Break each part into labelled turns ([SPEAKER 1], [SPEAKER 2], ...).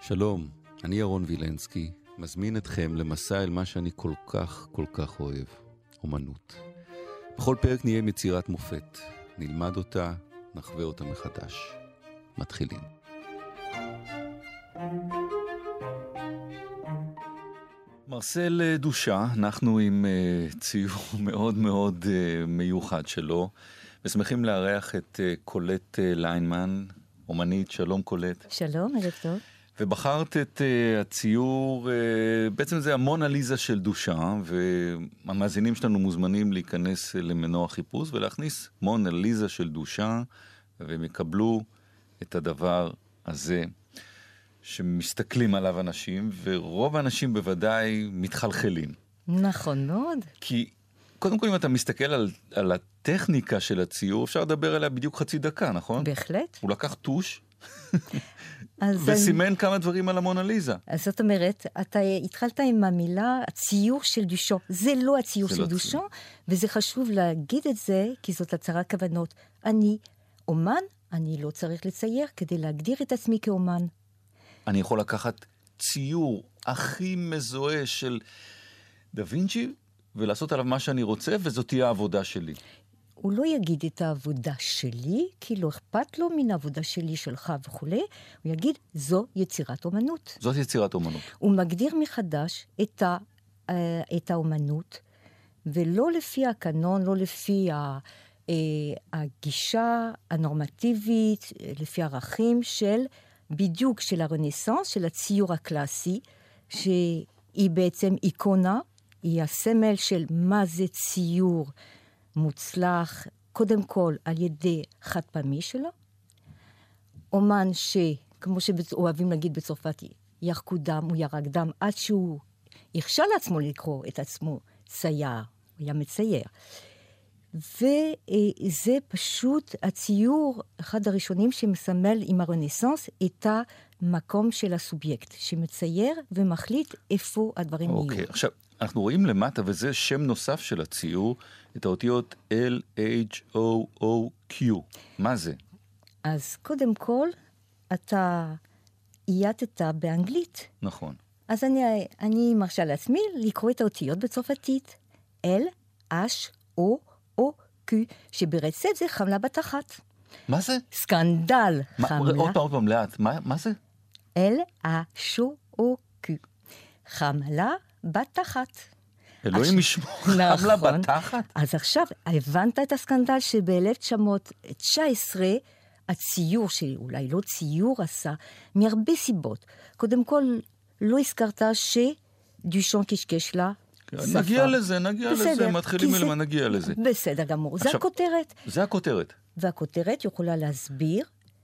[SPEAKER 1] שלום, אני ירון וילנסקי, מזמין אתכם למסע אל מה שאני כל כך אוהב, אומנות. בכל פרק נהיה עם יצירת מופת, נלמד אותה, נחווה אותה מחדש. מתחילים. מרסל דושה, אנחנו עם ציור מאוד מאוד מיוחד שלו, ושמחים לארח את קולט ליינמן, אומנית. שלום קולט.
[SPEAKER 2] שלום, ערב טוב.
[SPEAKER 1] ובחרת את הציור, בעצם זה המונה ליזה של דושה, והמאזינים שלנו מוזמנים להיכנס למנוע חיפוש ולהכניס מונה ליזה של דושה, והם יקבלו את הדבר הזה שמסתכלים עליו אנשים, ורוב האנשים בוודאי מתחלחלים.
[SPEAKER 2] נכון מאוד.
[SPEAKER 1] כי קודם כל אם אתה מסתכל על הטכניקה של הציור, אפשר לדבר עליה בדיוק חצי דקה, נכון?
[SPEAKER 2] בהחלט.
[SPEAKER 1] הוא לקח טוש וסימן כמה דברים על המונה ליזה.
[SPEAKER 2] אז זאת אומרת, אתה התחלת עם המילה הציור של דושו. זה לא הציור של דושו, וזה חשוב להגיד את זה, כי זאת הצהרת כוונות. אני אומן, אני לא צריך לצייר כדי להגדיר את עצמי כאומן.
[SPEAKER 1] אני יכול לקחת ציור הכי מזוהה של דה וינצ'י, ולעשות עליו מה שאני רוצה, וזאת תהיה העבודה שלי.
[SPEAKER 2] הוא לא יגיד את העבודה שלי, כי לא אכפת לו מן העבודה שלי, שלך וכו'. הוא יגיד, זו יצירת אומנות.
[SPEAKER 1] זאת יצירת אומנות.
[SPEAKER 2] הוא מגדיר מחדש את האומנות, ולא לפי הקנון, לא לפי הגישה הנורמטיבית, לפי ערכים של, בדיוק של הרנסנס, של הציור הקלאסי, שהיא בעצם איקונה, היא הסמל של מה זה ציור מוצלח, קודם כל על ידי חד פעמי שלו, אומן כמו שאוהבים להגיד בצרפת, ירקו דם, הוא ירק דם, עד שהוא הכשל לעצמו לקרוא את עצמו צייר, הוא היה מצייר. וזה פשוט הציור, אחד הראשונים שמסמל עם הרנסנס את המקום של הסובייקט, שמצייר ומחליט איפה הדברים יהיו.
[SPEAKER 1] אוקיי, עכשיו, אנחנו רואים למטה, וזה שם נוסף של הציור, את האותיות L-H-O-O-Q. מה זה?
[SPEAKER 2] אז קודם כל, אתה אייתת באנגלית.
[SPEAKER 1] נכון.
[SPEAKER 2] אז אני מרשה לעצמי לקרוא את האותיות בצרפתית. L-H-O-O-Q, שברצף זה חמלה בתחת.
[SPEAKER 1] מה זה?
[SPEAKER 2] סקנדל. חמלה.
[SPEAKER 1] עוד פעם, לאט. מה זה?
[SPEAKER 2] L-H-O-O-Q. חמלה בתחת.
[SPEAKER 1] אלוהים ישמור, חמלה בתחת?
[SPEAKER 2] אז עכשיו, הבנת את הסקנדל שב-1919 הציור שלי, אולי לא ציור עשה, מהרבה סיבות. קודם כל, לא הזכרת שדושן קשקש לה שפה.
[SPEAKER 1] נגיע לזה, מתחילים מלמה, נגיע לזה.
[SPEAKER 2] בסדר גמור, זה הכותרת.
[SPEAKER 1] זה הכותרת.
[SPEAKER 2] והכותרת יכולה להסביר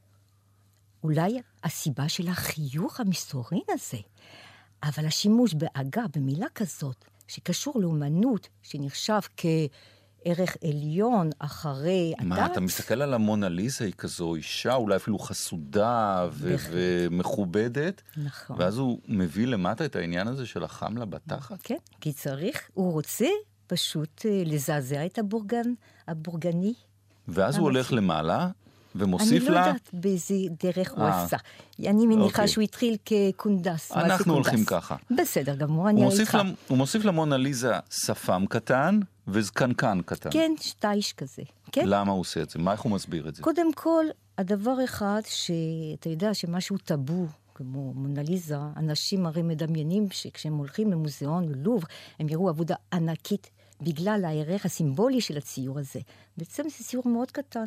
[SPEAKER 2] אולי הסיבה של החיוך המסתורין הזה. אבל השימוש בהגה, במילה כזאת, שקשור לאומנות, שנחשב כערך עליון אחרי הדת.
[SPEAKER 1] מה, אתה מסתכל על המונה ליזה, היא כזו אישה, אולי אפילו חסודה ומכובדת.
[SPEAKER 2] נכון.
[SPEAKER 1] ואז הוא מביא למטה את העניין הזה של החמלה בתחת.
[SPEAKER 2] כן, כי צריך, הוא רוצה פשוט לזעזע את הבורגני.
[SPEAKER 1] ואז הוא הולך למעלה, ומוסיף לה...
[SPEAKER 2] אני לא יודעת באיזה דרך הוא עשה. אני מניחה שהוא התחיל כקונדס.
[SPEAKER 1] אנחנו הולכים ככה.
[SPEAKER 2] בסדר גמור, אני איתך.
[SPEAKER 1] הוא מוסיף למונה ליזה שפם קטן וזקנקן קטן.
[SPEAKER 2] כן, שטייש כזה.
[SPEAKER 1] למה הוא עושה את זה? איך הוא מסביר את זה?
[SPEAKER 2] קודם כל, הדבר אחד שאתה יודע שמשהו טאבו, כמו מונה ליזה, אנשים הרי מדמיינים שכשהם הולכים למוזיאון לובר, הם יראו עבודה ענקית בגלל הערך הסימבולי של הציור הזה. בעצם זה ציור מאוד קטן.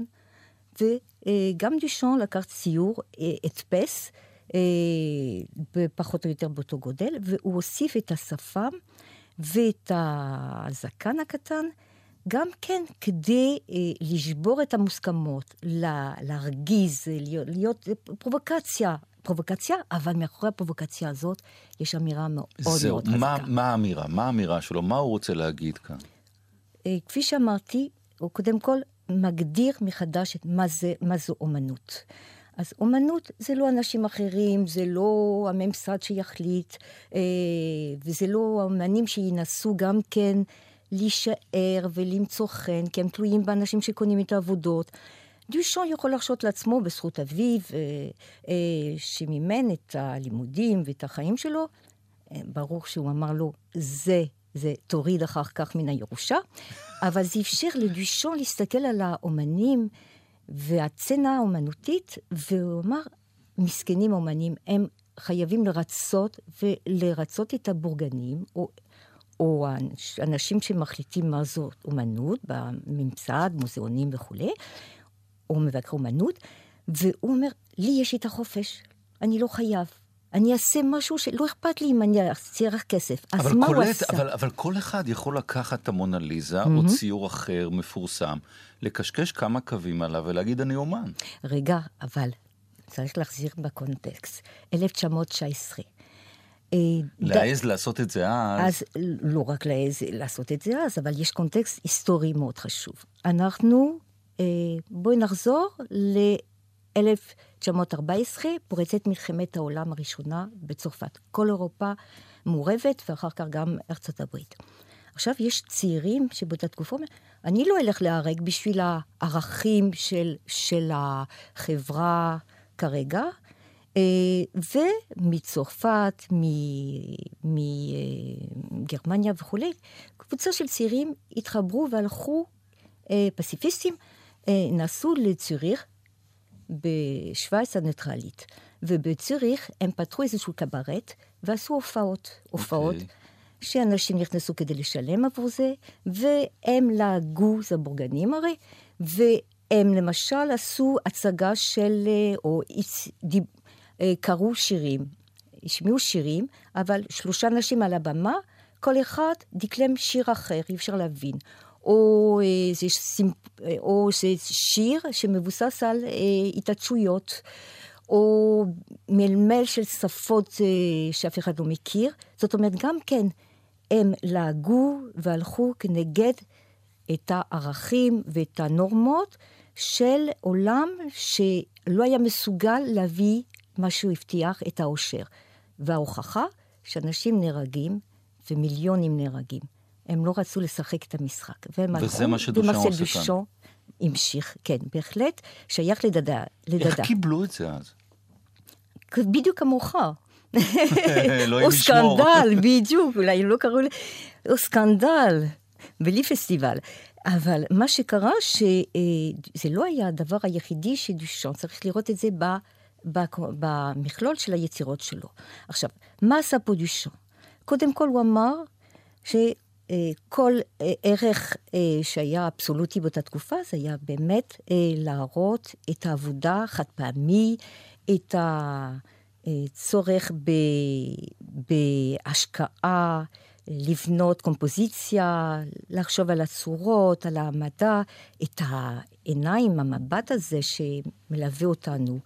[SPEAKER 2] וגם דושן לקח ציור, הדפס, פחות או יותר באותו גודל, והוא הוסיף את השפם ואת הזקן הקטן, גם כן כדי לשבור את המוסכמות, להרגיז, להיות פרובוקציה, אבל מאחורי הפרובוקציה הזאת יש אמירה מאוד מאוד חזקה.
[SPEAKER 1] מה האמירה? מה האמירה שלו? מה הוא רוצה להגיד כאן?
[SPEAKER 2] כפי שאמרתי, הוא קודם כל מגדיר מחדש את מה זו אומנות. אז אומנות זה לא אנשים אחרים, זה לא הממסד שיחליט, וזה לא האמנים שינסו גם כן להישאר ולמצוא חן, כי הם תלויים באנשים שקונים את העבודות. דושן יכול להרשות לעצמו בזכות אביו, שמימן את הלימודים ואת החיים שלו. ברור שהוא אמר לו, זה תוריד אחר כך מן הירושה, אבל זה אפשר לדושן להסתכל על האומנים והצנה האומנותית, והוא אמר, מסכנים אומנים, הם חייבים לרצות את הבורגנים, או אנשים שמחליטים מה זו אומנות, בממסד, מוזיאונים וכו', או מבקר אומנות, והוא אומר, לי יש את החופש, אני לא חייב. אני אעשה משהו שלא אכפת לי אם אני אעשה רק כסף. אז מה הוא עשה?
[SPEAKER 1] אבל כל אחד יכול לקחת את המונליזה, או ציור אחר מפורסם, לקשקש כמה קווים עליו ולהגיד אני אומן.
[SPEAKER 2] רגע, אבל צריך להחזיר בקונטקסט. 1919.
[SPEAKER 1] להעז לעשות את זה אז.
[SPEAKER 2] אז לא רק להעז לעשות את זה אז, אבל יש קונטקסט היסטורי מאוד חשוב. אנחנו, בואי נחזור ל-1914, פורצת מלחמת העולם הראשונה בצרפת. כל אירופה מעורבת, ואחר כך גם ארצות הברית. עכשיו יש צעירים שבאותה תקופה, אני לא אלך להרג בשביל הערכים של החברה כרגע, ומצרפת, מגרמניה וכו', קבוצה של צעירים התחברו והלכו, פסיפיסטים, נסעו לציריך בשוויץ הניטרלית, ובציריך הם פתחו איזשהו קברט ועשו הופעות, שאנשים נכנסו כדי לשלם עבור זה, והם לעגו, זה בורגנים הרי, והם למשל עשו הצגה של, או קראו שירים, השמיעו שירים, אבל 3 אנשים על הבמה, כל אחד דקלם שיר אחר, אי אפשר להבין. או זה שיר שמבוסס על התעטשויות, או מלמל של שפות שאף אחד לא מכיר. זאת אומרת, גם כן, הם לעגו והלכו כנגד את הערכים ואת הנורמות של עולם שלא היה מסוגל להביא מה שהוא הבטיח, את האושר. וההוכחה שאנשים נהרגים ומיליונים נהרגים. הם לא רצו לשחק את המשחק.
[SPEAKER 1] וזה מה שדושן עושה כאן.
[SPEAKER 2] דושן המשיך, כן, בהחלט שייך לדדה.
[SPEAKER 1] איך קיבלו את זה אז?
[SPEAKER 2] בדיוק המאוחר.
[SPEAKER 1] או
[SPEAKER 2] סקנדל, בדיוק, אולי לא קראו לי, או סקנדל, בלי פסטיבל. אבל מה שקרה שזה לא היה הדבר היחידי שדושן, צריך לראות את זה במכלול של היצירות שלו. עכשיו, מה עשה פה דושן? קודם כל הוא אמר שכל ערך שהיה אבסולוטי באותה תקופה, זה היה באמת להראות את העבודה חד פעמי, את הצורך בהשקעה, לבנות קומפוזיציה, לחשוב על הצורות, על המדע, את העיניים, המבט הזה שמלווה אותנו.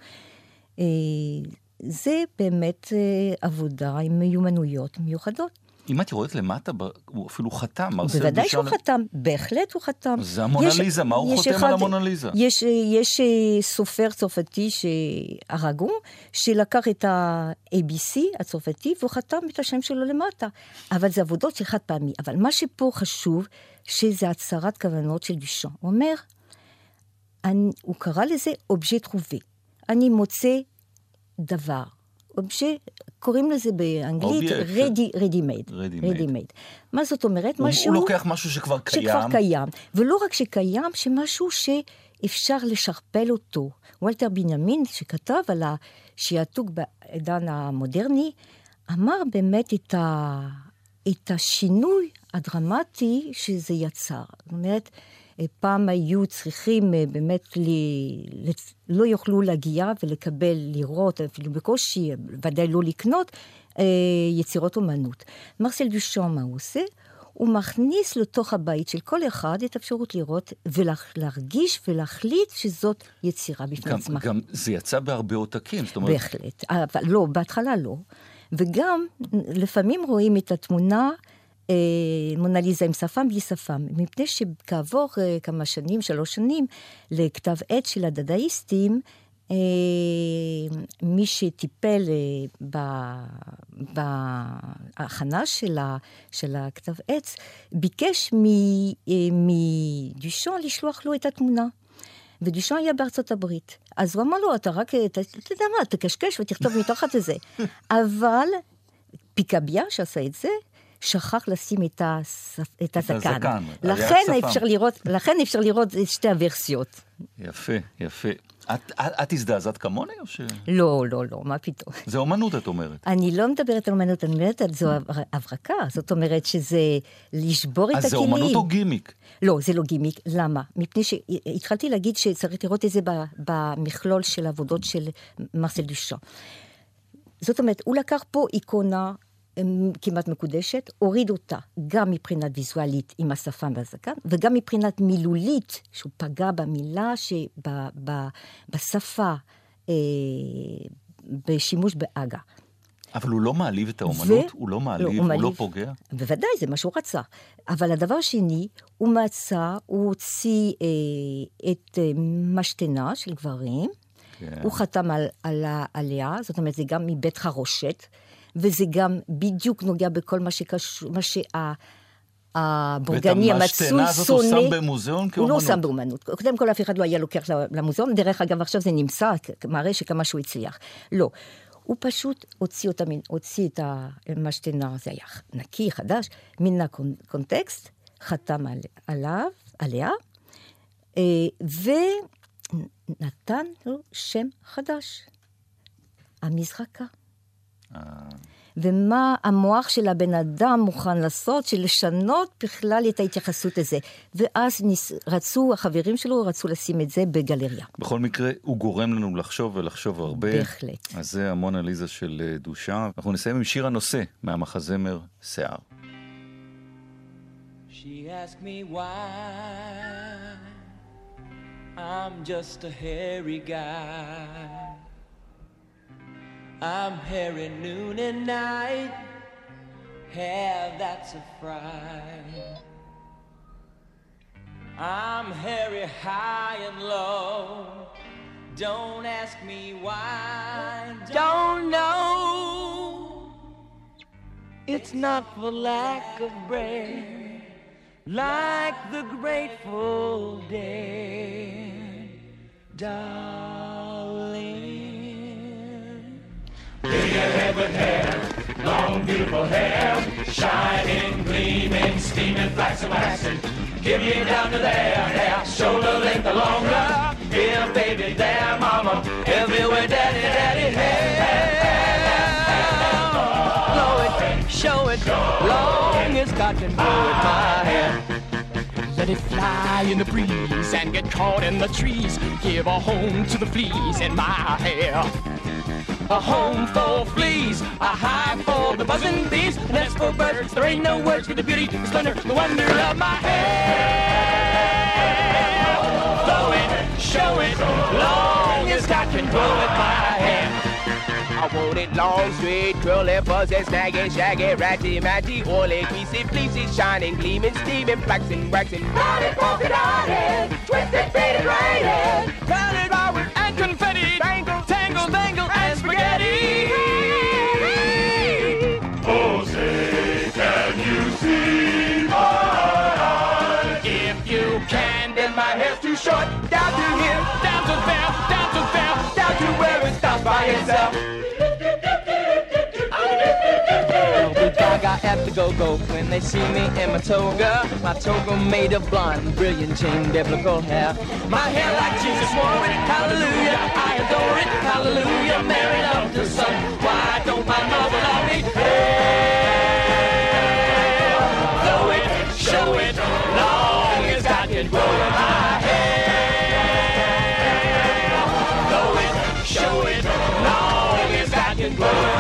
[SPEAKER 2] זה באמת עבודה עם מיומנויות מיוחדות.
[SPEAKER 1] אם את יורדת למטה, הוא אפילו חתם.
[SPEAKER 2] בוודאי שהוא חתם, בהחלט הוא חתם.
[SPEAKER 1] זה המונליזה, מה הוא חותם על המונליזה?
[SPEAKER 2] יש סופר צרפתי שהרגו, שלקח את ה-ABC הצרפתי, והוא חתם את השם שלו למטה. אבל זה עבודות של חד פעמי. אבל מה שפה חשוב, שזה הצהרת כוונות של דושן. הוא אומר, הוא קרא לזה אובז'ה טרובה. אני מוצא דבר. קוראים לזה באנגלית ready made. מה זאת אומרת?
[SPEAKER 1] הוא לוקח משהו שכבר
[SPEAKER 2] קיים. ולא רק שקיים, שמשהו שאפשר לשכפל אותו. וולטר בנימין, שכתב על השעתוק בעידן המודרני, אמר באמת את השינוי הדרמטי שזה יצר. זאת אומרת, פעם היו צריכים באמת, לא יוכלו להגיע ולקבל, לראות, אפילו בקושי, ודאי לא לקנות, יצירות אומנות. מרסל דושן, מה הוא עושה? הוא מכניס לתוך הבית של כל אחד את האפשרות לראות ולהרגיש ולהחליט שזאת יצירה בפני עצמה.
[SPEAKER 1] גם זה יצא בהרבה עותקים, זאת אומרת...
[SPEAKER 2] בהחלט, אבל לא, בהתחלה לא. וגם לפעמים רואים את התמונה, מונליזה עם שפם בלי שפם, מפני שכעבור כמה שנים, 3 שנים, לכתב עת של הדדאיסטים, מי שטיפל בהכנה של הכתב עת, ביקש מדושן לשלוח לו את התמונה. ודושן היה בארצות הברית. אז הוא אמר לו, אתה רק, אתה יודע מה, תקשקש ותכתוב מתחת לזה. אבל פיקביה שעשה את זה, שכח לשים את הזקן. לכן אפשר לראות את שתי הוורסיות.
[SPEAKER 1] יפה, יפה. את הזדעזעת כמוני או ש...
[SPEAKER 2] לא, מה פתאום?
[SPEAKER 1] זה אומנות, את אומרת.
[SPEAKER 2] אני לא מדברת על אומנות, אני מדברת על זו הברקה. זאת אומרת שזה לשבור את הכלים.
[SPEAKER 1] אז זה אומנות או גימיק?
[SPEAKER 2] לא, זה לא גימיק. למה? מפני שהתחלתי להגיד שצריך לראות את זה במכלול של העבודות של מרסל דושן. זאת אומרת, הוא לקח פה איקונה כמעט מקודשת, הוריד אותה גם מבחינת ויזואלית עם השפם והזקן, וגם מבחינת מילולית, שהוא פגע במילה בשפה, בשימוש באגה.
[SPEAKER 1] אבל הוא לא מעליב את האומנות? הוא לא מעליב, הוא לא פוגע?
[SPEAKER 2] בוודאי, זה מה שהוא רצה. אבל הדבר שני, הוא הוציא את משתנה של גברים, הוא חתם עליה, זאת אומרת, זה גם מבית חרושת, וזה גם בדיוק נוגע בכל מה שקשור, מה שהבורגני המצוי שונא. ואת המשתנה הזאת הוא שם במוזיאון כאומנות? הוא לא שם באומנות. קודם כל, אף אחד לא היה לוקח למוזיאון, דרך אגב, עכשיו זה נמצא, מראה שכמה שהוא הצליח. לא. הוא פשוט הוציא את המשתנה, זה היה נקי, חדש, מן הקונטקסט, חתם עליה, ונתן לו שם חדש. המזרקה. ומה המוח של הבן אדם מוכן לעשות, של לשנות בכלל את ההתייחסות לזה. ואז החברים שלו רצו לשים את זה בגלריה.
[SPEAKER 1] בכל מקרה, הוא גורם לנו לחשוב ולחשוב הרבה.
[SPEAKER 2] בהחלט.
[SPEAKER 1] אז זה המונליזה של דושן. אנחנו נסיים עם שיר הנושא מהמחזמר שיער.
[SPEAKER 3] She asked me why I'm just a hairy guy. I'm hairy noon and night, hair that's a fright. I'm hairy high and low, don't ask me why, don't know. It's not for lack of bread, like the Grateful Dead, darling. Big head with hair, long beautiful hair, shining, gleaming, steaming, flaxen, waxen. Give me down to there, shoulder length or longer. Here, baby, there, mama, everywhere, daddy, daddy, hair. Blow it, show it, long as cotton, blow it, my hair. Let it fly in the breeze and get caught in the trees. Give a home to the fleas in my hair. A home for fleas, a hive for the buzzing bees, a nest for birds. There ain't no words for the beauty, the splendor, the wonder of my hair. Blow it, show it, long as I can blow it, my hair. I want it long, straight, curly, fuzzy, snaggy, shaggy, ratty, matty, oily, greasy, fleecy, shining, gleaming, steaming, flaxing, waxing, knotted, polka dotted, twisted, faded, braided, crowded, flowers, and confetti, tangle, tangle, dangle, and spaghetti. Oh, say, can you see my eyes? If you can, then my hair's too short, down to here, down to there, down to there, down to where it stops by itself. Gaga at the go-go when they see me in my toga made of blonde, brilliant chain biblical hair. My hair like Jesus wore it, hallelujah, I adore it, hallelujah, married up to son. Why don't my mother love me? Hey, blow it, show it, long as I can grow in my hair. Blow it, show it, long as I can grow in my hair.